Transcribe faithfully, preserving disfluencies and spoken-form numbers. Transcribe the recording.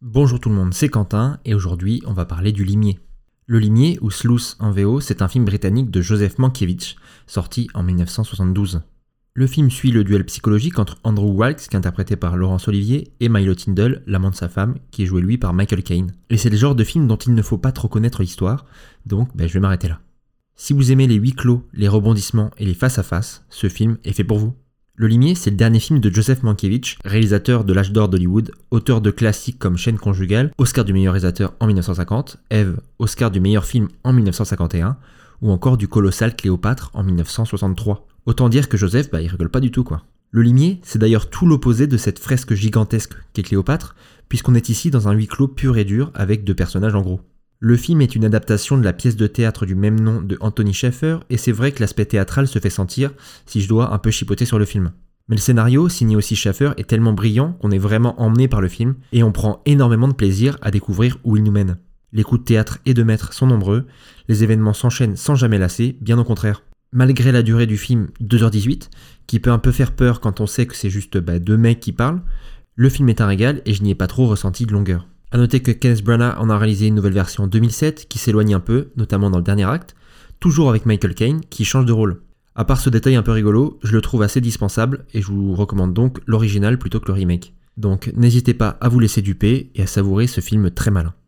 Bonjour tout le monde, c'est Quentin et aujourd'hui on va parler du Limier. Le Limier, ou Sleuth en V O, c'est un film britannique de Joseph Mankiewicz, sorti en dix-neuf cent soixante-douze. Le film suit le duel psychologique entre Andrew Wilkes, qui est interprété par Laurence Olivier, et Milo Tindall, l'amant de sa femme, qui est joué lui par Michael Caine. Et c'est le genre de film dont il ne faut pas trop connaître l'histoire, donc ben, je vais m'arrêter là. Si vous aimez les huis clos, les rebondissements et les face-à-face, ce film est fait pour vous. Le Limier, c'est le dernier film de Joseph Mankiewicz, réalisateur de l'âge d'or d'Hollywood, auteur de classiques comme Chaîne conjugale, Oscar du meilleur réalisateur en dix-neuf cent cinquante, Ève, Oscar du meilleur film en dix-neuf cent cinquante et un, ou encore du colossal Cléopâtre en dix-neuf cent soixante-trois. Autant dire que Joseph, bah il rigole pas du tout quoi. Le Limier, c'est d'ailleurs tout l'opposé de cette fresque gigantesque qu'est Cléopâtre, puisqu'on est ici dans un huis clos pur et dur avec deux personnages en gros. Le film est une adaptation de la pièce de théâtre du même nom de Anthony Shaffer, et c'est vrai que l'aspect théâtral se fait sentir si je dois un peu chipoter sur le film. Mais le scénario, signé aussi Shaffer, est tellement brillant qu'on est vraiment emmené par le film, et on prend énormément de plaisir à découvrir où il nous mène. Les coups de théâtre et de maître sont nombreux, les événements s'enchaînent sans jamais lasser, bien au contraire. Malgré la durée du film, deux heures dix-huit, qui peut un peu faire peur quand on sait que c'est juste bah, deux mecs qui parlent, le film est un régal et je n'y ai pas trop ressenti de longueur. A noter que Kenneth Branagh en a réalisé une nouvelle version en deux mille sept qui s'éloigne un peu, notamment dans le dernier acte, toujours avec Michael Caine qui change de rôle. À part ce détail un peu rigolo, je le trouve assez dispensable et je vous recommande donc l'original plutôt que le remake. Donc n'hésitez pas à vous laisser duper et à savourer ce film très malin.